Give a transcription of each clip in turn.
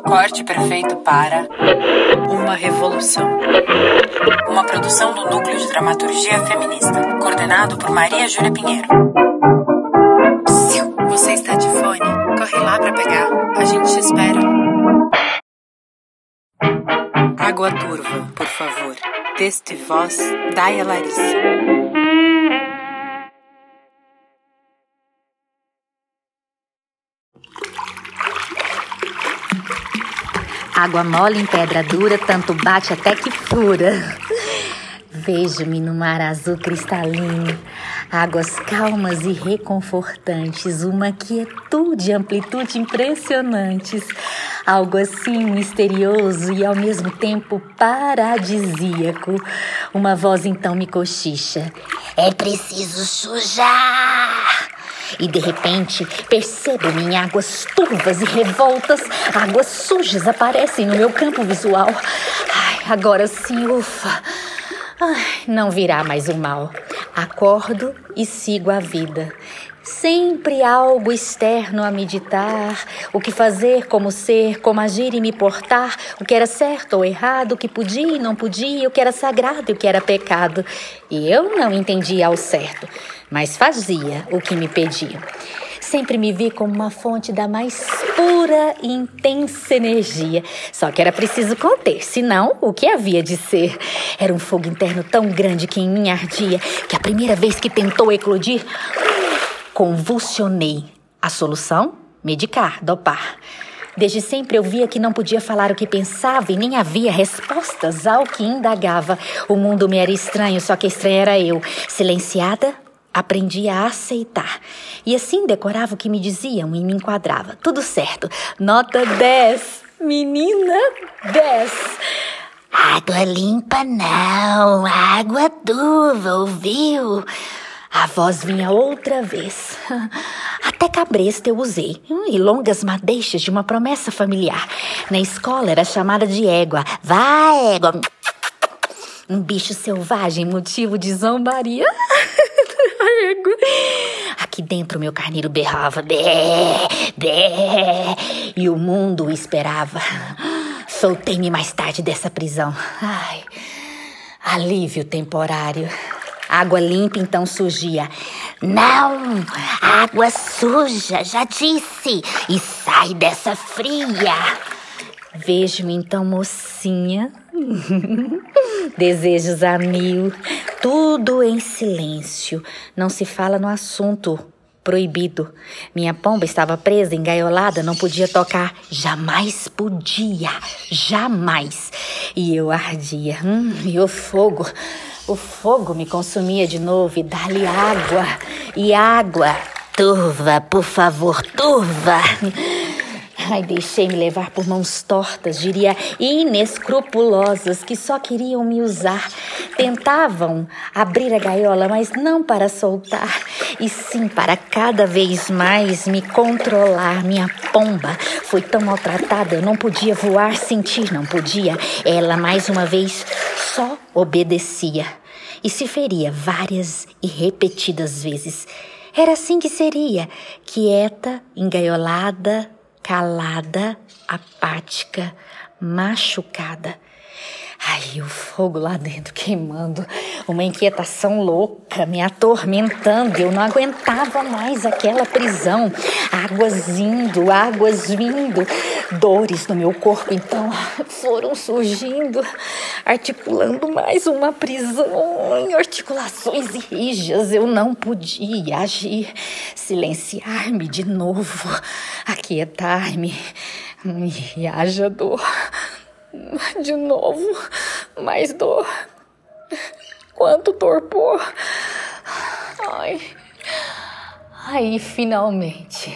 Corte perfeito para Uma Revolução. Uma produção do Núcleo de Dramaturgia Feminista, coordenado por Maria Júlia Pinheiro. Você está de fone? Corre lá pra pegar. A gente te espera. Água turva, por favor. Texto e voz, Daia Larissa. Água mole em pedra dura, tanto bate até que fura. Vejo-me no mar azul cristalino, águas calmas e reconfortantes, uma quietude e amplitude impressionantes, algo assim misterioso e ao mesmo tempo paradisíaco. Uma voz então me cochicha: é preciso sujar! E de repente percebo-me em águas turvas e revoltas, águas sujas aparecem no meu campo visual. Ai, agora sim, ufa! Ai, não virá mais o mal. Acordo e sigo a vida. Sempre algo externo a meditar, o que fazer, como ser, como agir e me portar, o que era certo ou errado, o que podia e não podia, o que era sagrado e o que era pecado. E eu não entendia ao certo, mas fazia o que me pediam. Sempre me vi como uma fonte da mais pura e intensa energia. Só que era preciso conter, senão o que havia de ser? Era um fogo interno tão grande que em mim ardia, que a primeira vez que tentou eclodir, convulsionei. A solução? Medicar, dopar. Desde sempre eu via que não podia falar o que pensava e nem havia respostas ao que indagava. O mundo me era estranho, só que estranha era eu. Silenciada, aprendi a aceitar. E assim decorava o que me diziam e me enquadrava. Tudo certo. Nota 10. Menina, 10. Água limpa não, água turva, ouviu? A voz vinha outra vez. Até cabresta eu usei. E longas madeixas de uma promessa familiar. Na escola era chamada de égua. Vai, égua. Um bicho selvagem, motivo de zombaria. Égua. Aqui dentro meu carneiro berrava. Bé, bé. E o mundo o esperava. Soltei-me mais tarde dessa prisão. Ai, alívio temporário. Água limpa então surgia. Não, água suja, já disse. E sai dessa fria. Vejo-me então mocinha. Desejos a mil. Tudo em silêncio. Não se fala no assunto. Proibido. Minha pomba estava presa, engaiolada, não podia tocar. Jamais podia. Jamais. E eu ardia. E o fogo me consumia de novo e dá-lhe água. E água. Turva, por favor, turva. Ai, deixei-me levar por mãos tortas, diria inescrupulosas, que só queriam me usar. Tentavam abrir a gaiola, mas não para soltar, e sim para cada vez mais me controlar. Minha pomba foi tão maltratada, eu não podia voar, sentir, não podia. Ela, mais uma vez, só obedecia. E se feria várias e repetidas vezes. Era assim que seria, quieta, engaiolada, calada, apática, machucada. Ai, o fogo lá dentro queimando, uma inquietação louca me atormentando. Eu não aguentava mais aquela prisão. Águas indo, águas vindo. Dores no meu corpo, então, foram surgindo, articulando mais uma prisão em articulações rijas. Eu não podia agir, silenciar-me de novo, aquietar-me. E haja dor. De novo, mais dor. Quanto torpor. Ai. Aí, finalmente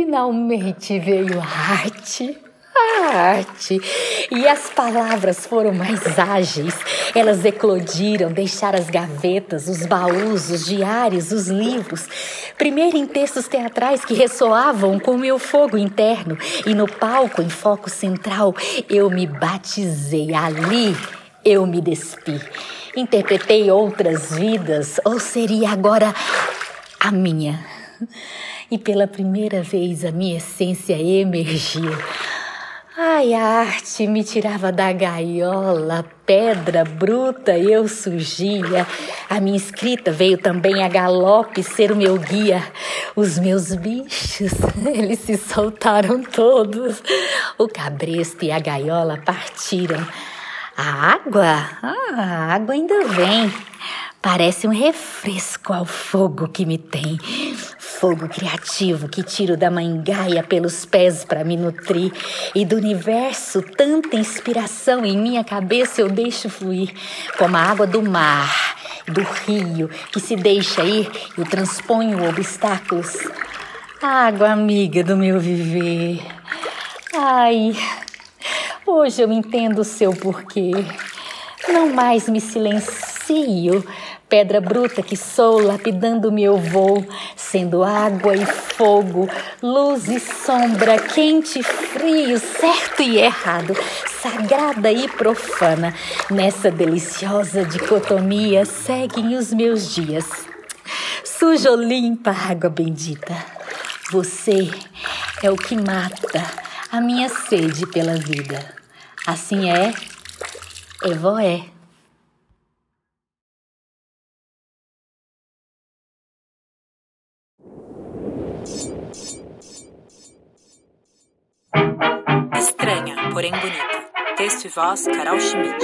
veio a arte. A arte. E as palavras foram mais ágeis. Elas eclodiram, deixaram as gavetas, os baús, os diários, os livros. Primeiro em textos teatrais que ressoavam com o meu fogo interno. E no palco, em foco central, eu me batizei. Ali, eu me despi. Interpretei outras vidas, ou seria agora a minha. E pela primeira vez a minha essência emergiu. Ai, a arte me tirava da gaiola, pedra bruta eu surgia. A minha escrita veio também a galope ser o meu guia. Os meus bichos, eles se soltaram todos. O cabresto e a gaiola partiram. A água ainda vem. Parece um refresco ao fogo que me tem. Fogo criativo que tiro da mangaia pelos pés para me nutrir. E do universo, tanta inspiração em minha cabeça eu deixo fluir. Como a água do mar, do rio, que se deixa ir e transponho obstáculos. Água amiga do meu viver. Ai, hoje eu entendo o seu porquê. Não mais me silencio, pedra bruta que sou, lapidando meu voo, sendo água e fogo, luz e sombra, quente e frio, certo e errado, sagrada e profana. Nessa deliciosa dicotomia seguem os meus dias. Suja ou limpa, água bendita, você é o que mata a minha sede pela vida. Assim é, Evoé. Estranha, porém bonita. Texto e voz, Carol Schmidt.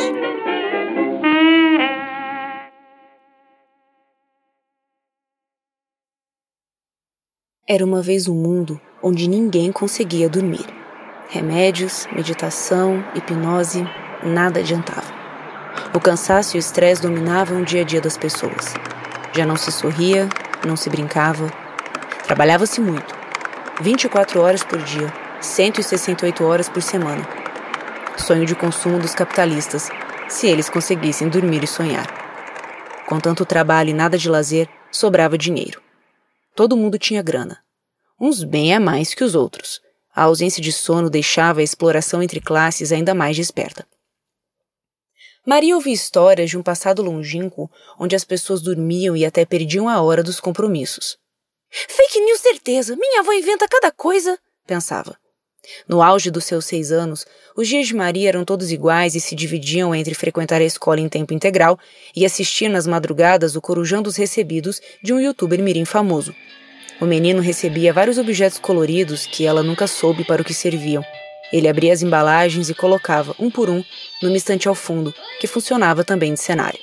Era uma vez um mundo onde ninguém conseguia dormir. Remédios, meditação, hipnose, nada adiantava. O cansaço e o estresse dominavam o dia a dia das pessoas. Já não se sorria, não se brincava. Trabalhava-se muito. 24 horas por dia, 168 horas por semana. Sonho de consumo dos capitalistas, se eles conseguissem dormir e sonhar. Com tanto trabalho e nada de lazer, sobrava dinheiro. Todo mundo tinha grana. Uns bem a mais que os outros. A ausência de sono deixava a exploração entre classes ainda mais desperta. Maria ouvia histórias de um passado longínquo onde as pessoas dormiam e até perdiam a hora dos compromissos. Fake news, certeza! Minha avó inventa cada coisa! Pensava. No auge dos seus 6 anos, os dias de Maria eram todos iguais e se dividiam entre frequentar a escola em tempo integral e assistir nas madrugadas o Corujão dos Recebidos de um youtuber mirim famoso. O menino recebia vários objetos coloridos que ela nunca soube para o que serviam. Ele abria as embalagens e colocava, um por um, numa estante ao fundo, que funcionava também de cenário.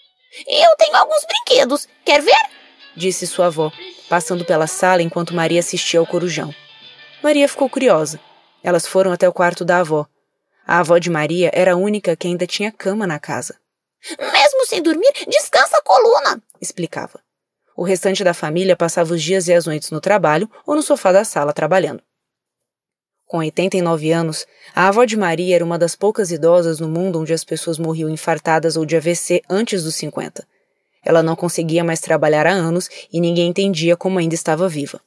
Eu tenho alguns brinquedos, quer ver? Disse sua avó, passando pela sala enquanto Maria assistia ao corujão. Maria ficou curiosa. Elas foram até o quarto da avó. A avó de Maria era a única que ainda tinha cama na casa. Mesmo sem dormir, descansa a coluna, explicava. O restante da família passava os dias e as noites no trabalho ou no sofá da sala trabalhando. Com 89 anos, a avó de Maria era uma das poucas idosas no mundo onde as pessoas morriam infartadas ou de AVC antes dos 50. Ela não conseguia mais trabalhar há anos e ninguém entendia como ainda estava viva.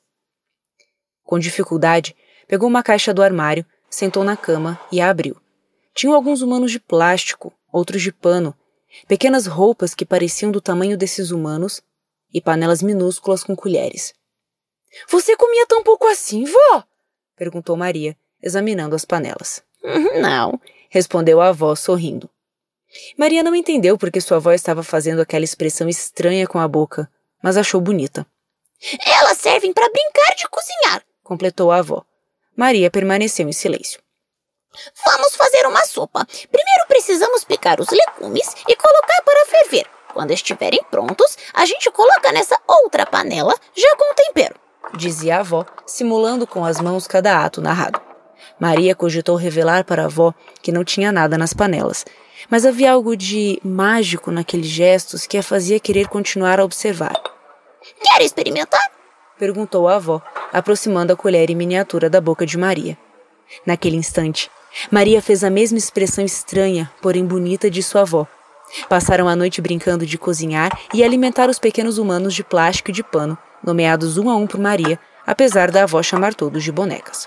Com dificuldade, pegou uma caixa do armário, sentou na cama e a abriu. Tinham alguns humanos de plástico, outros de pano, pequenas roupas que pareciam do tamanho desses humanos e panelas minúsculas com colheres. — Você comia tão pouco assim, vó? — perguntou Maria, examinando as panelas. — Não — respondeu a avó, sorrindo. Maria não entendeu porque sua avó estava fazendo aquela expressão estranha com a boca, mas achou bonita. — Elas servem para brincar de cozinhar — completou a avó. Maria permaneceu em silêncio. — Vamos fazer uma sopa. Primeiro precisamos picar os legumes e colocar para ferver. Quando estiverem prontos, a gente coloca nessa outra panela, já com tempero, dizia a avó, simulando com as mãos cada ato narrado. Maria cogitou revelar para a avó que não tinha nada nas panelas, mas havia algo de mágico naqueles gestos que a fazia querer continuar a observar. — Quer experimentar? Perguntou a avó, aproximando a colher em miniatura da boca de Maria. Naquele instante, Maria fez a mesma expressão estranha, porém bonita de sua avó. Passaram a noite brincando de cozinhar e alimentar os pequenos humanos de plástico e de pano, nomeados um a um por Maria, apesar da avó chamar todos de bonecas.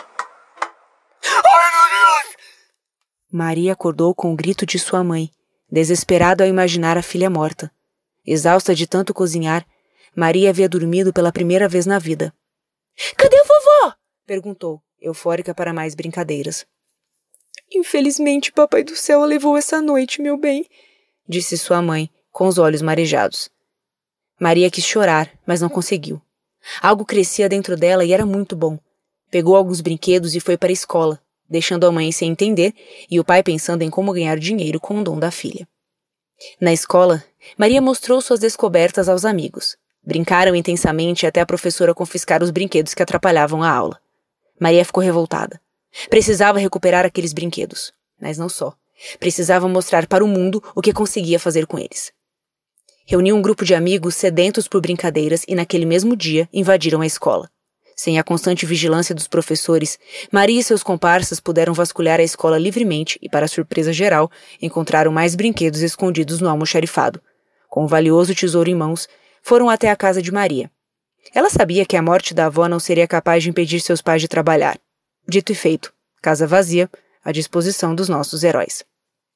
Ai, meu Deus! Maria acordou com o grito de sua mãe, desesperada ao imaginar a filha morta. Exausta de tanto cozinhar, Maria havia dormido pela primeira vez na vida. — Cadê a vovó? — perguntou, eufórica para mais brincadeiras. Infelizmente, Papai do Céu a levou essa noite, meu bem, disse sua mãe, com os olhos marejados. Maria quis chorar, mas não conseguiu. Algo crescia dentro dela e era muito bom. Pegou alguns brinquedos e foi para a escola, deixando a mãe sem entender e o pai pensando em como ganhar dinheiro com o dom da filha. Na escola, Maria mostrou suas descobertas aos amigos. Brincaram intensamente até a professora confiscar os brinquedos que atrapalhavam a aula. Maria ficou revoltada. Precisava recuperar aqueles brinquedos, mas não só. Precisava mostrar para o mundo o que conseguia fazer com eles. Reuniu um grupo de amigos sedentos por brincadeiras e naquele mesmo dia invadiram a escola. Sem a constante vigilância dos professores, Maria e seus comparsas puderam vasculhar a escola livremente e, para surpresa geral, encontraram mais brinquedos escondidos no almoxarifado. Com o valioso tesouro em mãos, foram até a casa de Maria. Ela sabia que a morte da avó não seria capaz de impedir seus pais de trabalhar. Dito e feito, casa vazia, à disposição dos nossos heróis.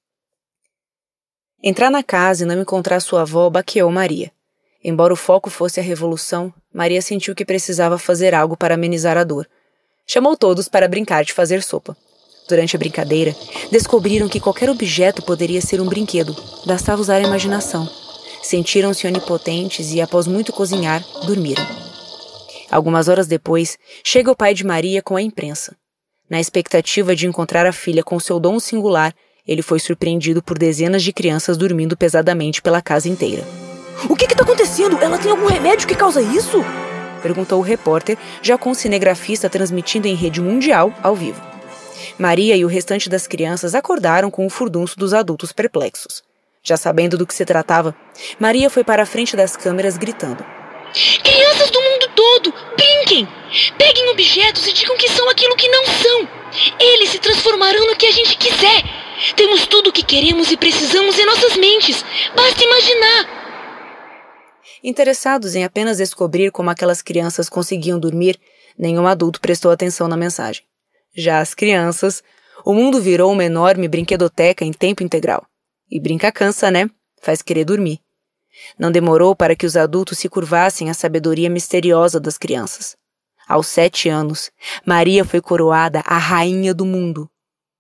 Entrar na casa e não encontrar sua avó baqueou Maria. Embora o foco fosse a revolução, Maria sentiu que precisava fazer algo para amenizar a dor. Chamou todos para brincar de fazer sopa. Durante a brincadeira, descobriram que qualquer objeto poderia ser um brinquedo. Bastava usar a imaginação. Sentiram-se onipotentes e, após muito cozinhar, dormiram. Algumas horas depois, chega o pai de Maria com a imprensa. Na expectativa de encontrar a filha com seu dom singular, ele foi surpreendido por dezenas de crianças dormindo pesadamente pela casa inteira. O que está acontecendo? Ela tem algum remédio que causa isso? Perguntou o repórter, já com o cinegrafista transmitindo em rede mundial, ao vivo. Maria e o restante das crianças acordaram com o furdunço dos adultos perplexos. Já sabendo do que se tratava, Maria foi para a frente das câmeras gritando: Crianças do mundo todo, brinquem! Peguem objetos e digam que são aquilo que não são. Eles se transformarão no que a gente quiser. Temos tudo o que queremos e precisamos em nossas mentes. Basta imaginar. Interessados em apenas descobrir como aquelas crianças conseguiam dormir, nenhum adulto prestou atenção na mensagem. Já as crianças, o mundo virou uma enorme brinquedoteca em tempo integral. E brinca cansa, né? Faz querer dormir. Não demorou para que os adultos se curvassem à sabedoria misteriosa das crianças. Aos 7 anos, Maria foi coroada a rainha do mundo.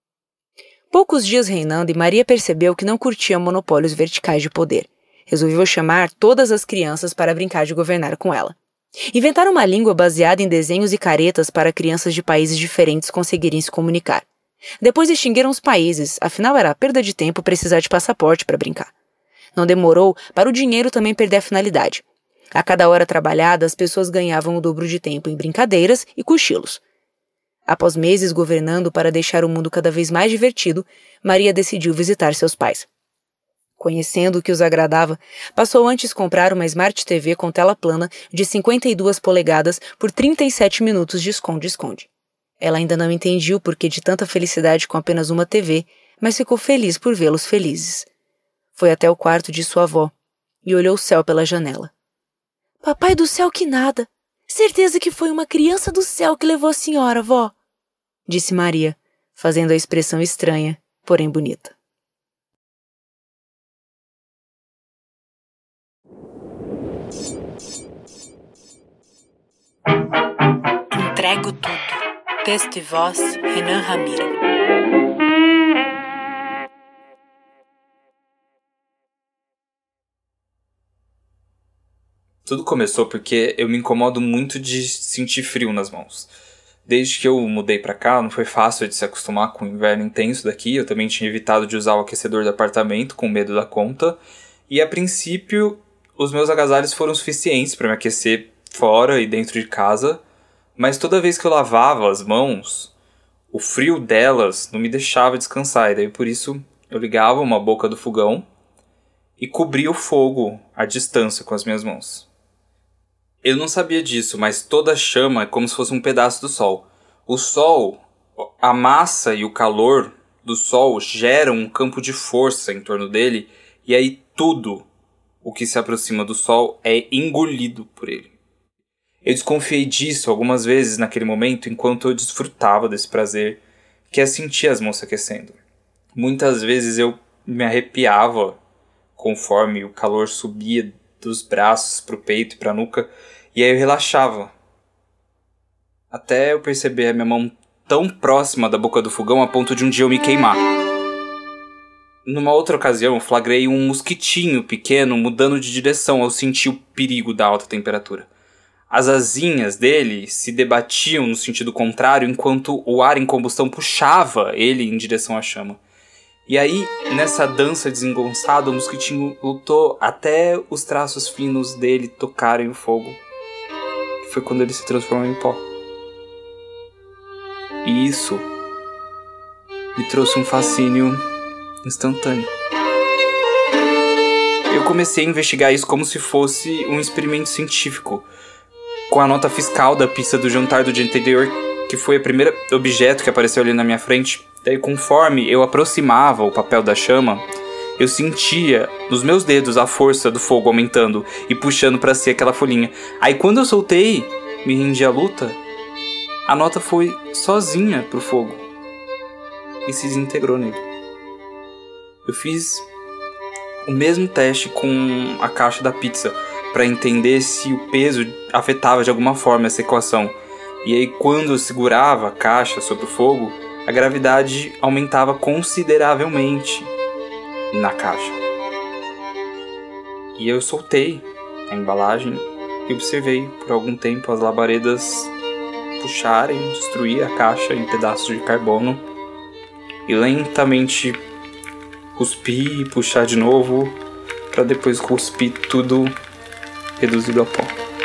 Poucos dias reinando e Maria percebeu que não curtia monopólios verticais de poder. Resolveu chamar todas as crianças para brincar de governar com ela. Inventaram uma língua baseada em desenhos e caretas para crianças de países diferentes conseguirem se comunicar. Depois extinguiram os países, afinal era perda de tempo precisar de passaporte para brincar. Não demorou para o dinheiro também perder a finalidade. A cada hora trabalhada, as pessoas ganhavam o dobro de tempo em brincadeiras e cochilos. Após meses governando para deixar o mundo cada vez mais divertido, Maria decidiu visitar seus pais. Conhecendo o que os agradava, passou antes comprar uma Smart TV com tela plana de 52 polegadas por 37 minutos de esconde-esconde. Ela ainda não entendia o porquê de tanta felicidade com apenas uma TV, mas ficou feliz por vê-los felizes. Foi até o quarto de sua avó e olhou o céu pela janela. Papai do céu que nada! Certeza que foi uma criança do céu que levou a senhora, vó! Disse Maria, fazendo a expressão estranha, porém bonita. Entrego tudo. Texto e voz, Renan Ramiro. Tudo começou porque eu me incomodo muito de sentir frio nas mãos. Desde que eu mudei pra cá, não foi fácil de se acostumar com o inverno intenso daqui. Eu também tinha evitado de usar o aquecedor do apartamento com medo da conta. E a princípio, os meus agasalhos foram suficientes para me aquecer fora e dentro de casa. Mas toda vez que eu lavava as mãos, o frio delas não me deixava descansar. E daí por isso eu ligava uma boca do fogão e cobria o fogo à distância com as minhas mãos. Eu não sabia disso, mas toda chama é como se fosse um pedaço do sol. O sol, a massa e o calor do sol geram um campo de força em torno dele, e aí tudo o que se aproxima do sol é engolido por ele. Eu desconfiei disso algumas vezes naquele momento enquanto eu desfrutava desse prazer, que é sentir as mãos se aquecendo. Muitas vezes eu me arrepiava conforme o calor subia dos braços para o peito e para a nuca, e aí eu relaxava. Até eu perceber a minha mão tão próxima da boca do fogão a ponto de um dia eu me queimar. Numa outra ocasião, flagrei um mosquitinho pequeno mudando de direção ao sentir o perigo da alta temperatura. As asinhas dele se debatiam no sentido contrário enquanto o ar em combustão puxava ele em direção à chama. E aí, nessa dança desengonçada, o mosquitinho lutou até os traços finos dele tocarem o fogo. Foi quando ele se transformou em pó. E isso me trouxe um fascínio instantâneo. Eu comecei a investigar isso como se fosse um experimento científico, com a nota fiscal da pizza do jantar do dia anterior, que foi o primeiro objeto que apareceu ali na minha frente. Daí, conforme eu aproximava o papel da chama, eu sentia nos meus dedos a força do fogo aumentando e puxando para si aquela folhinha. Aí quando eu soltei, me rendi à luta, a nota foi sozinha pro fogo e se desintegrou nele. Eu fiz o mesmo teste com a caixa da pizza para entender se o peso afetava de alguma forma essa equação. E aí quando eu segurava a caixa sobre o fogo, a gravidade aumentava consideravelmente na caixa. E eu soltei a embalagem e observei por algum tempo as labaredas puxarem, destruir a caixa em pedaços de carbono e lentamente cuspir e puxar de novo para depois cuspir tudo reduzido a pó.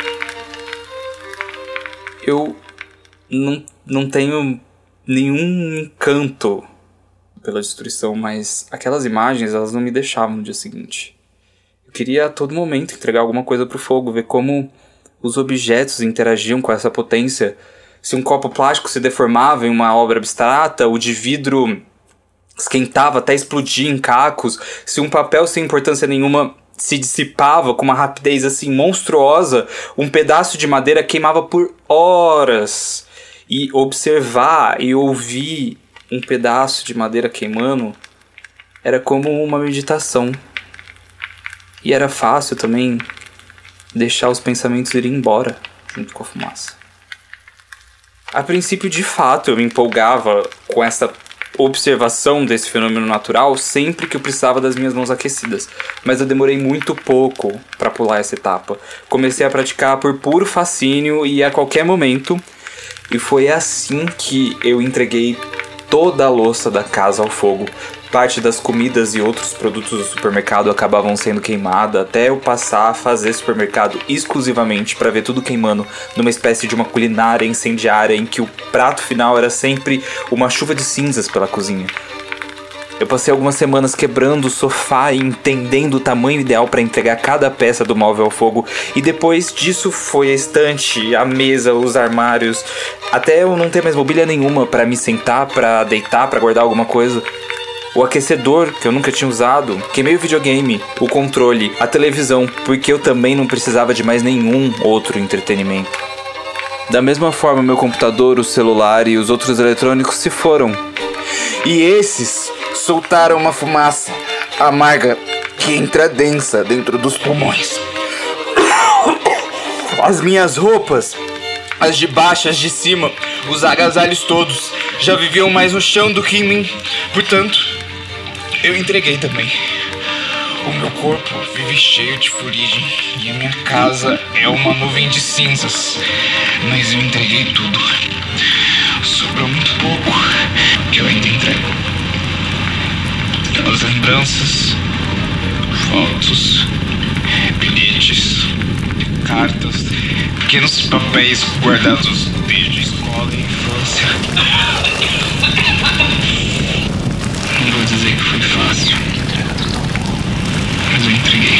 Eu não tenho nenhum encanto pela destruição, mas aquelas imagens, elas não me deixavam no dia seguinte. Eu queria a todo momento entregar alguma coisa pro fogo, ver como os objetos interagiam com essa potência. Se um copo plástico se deformava em uma obra abstrata, o de vidro esquentava até explodir em cacos, se um papel sem importância nenhuma se dissipava com uma rapidez assim monstruosa, um pedaço de madeira queimava por horas. E observar e ouvir um pedaço de madeira queimando era como uma meditação. E era fácil também deixar os pensamentos irem embora junto com a fumaça. A princípio, de fato, eu me empolgava com essa observação desse fenômeno natural sempre que eu precisava das minhas mãos aquecidas. Mas eu demorei muito pouco para pular essa etapa. Comecei a praticar por puro fascínio e a qualquer momento. E foi assim que eu entreguei toda a louça da casa ao fogo. Parte das comidas e outros produtos do supermercado acabavam sendo queimada, até eu passar a fazer supermercado exclusivamente para ver tudo queimando, numa espécie de uma culinária incendiária em que o prato final era sempre uma chuva de cinzas pela cozinha. Eu passei algumas semanas quebrando o sofá e entendendo o tamanho ideal para entregar cada peça do móvel ao fogo. E depois disso foi a estante, a mesa, os armários, até eu não ter mais mobília nenhuma para me sentar, para deitar, para guardar alguma coisa. O aquecedor, que eu nunca tinha usado, queimei o videogame, o controle, a televisão, porque eu também não precisava de mais nenhum outro entretenimento. Da mesma forma, meu computador, o celular e os outros eletrônicos se foram. E esses soltaram uma fumaça amarga que entra densa dentro dos pulmões. As minhas roupas, as de baixo, as de cima, os agasalhos todos, já viviam mais no chão do que em mim. Portanto, eu entreguei também. O meu corpo vive cheio de fuligem e a minha casa é uma nuvem de cinzas. Mas eu entreguei tudo. Sobrou muito pouco que eu ainda entrego. As lembranças, fotos, bilhetes, cartas, pequenos papéis guardados desde a escola e infância. Não vou dizer que foi fácil, mas eu entreguei.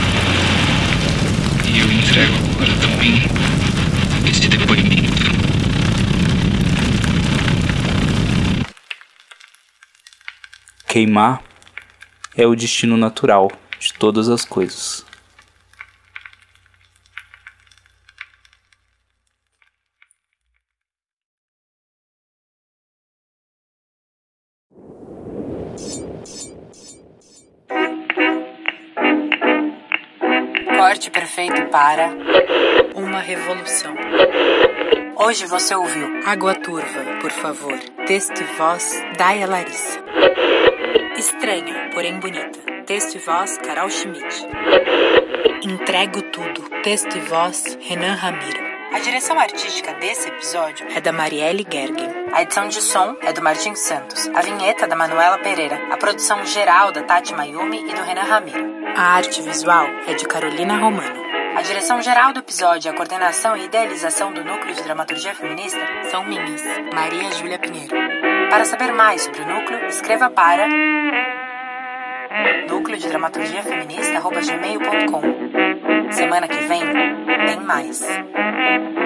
E eu entrego agora também esse depoimento. Queimar é o destino natural de todas as coisas. Corte perfeito para uma revolução. Hoje você ouviu Água Turva, por favor. Texto e voz, Daia Larissa. Estranha, porém bonita. Texto e voz, Carol Schmidt. Entrego tudo. Texto e voz, Renan Ramiro. A direção artística desse episódio é da Marielle Gergen. A edição de som é do Martim Santos. A vinheta da Manuela Pereira. A produção geral da Tati Mayumi e do Renan Ramiro. A arte visual é de Carolina Romano. A direção geral do episódio, a coordenação e idealização do Núcleo de Dramaturgia Feminista são minhas, Maria Júlia Pinheiro. Para saber mais sobre o Núcleo, escreva para núcleodedramaturgiafeminista@gmail.com. Semana que vem, tem mais.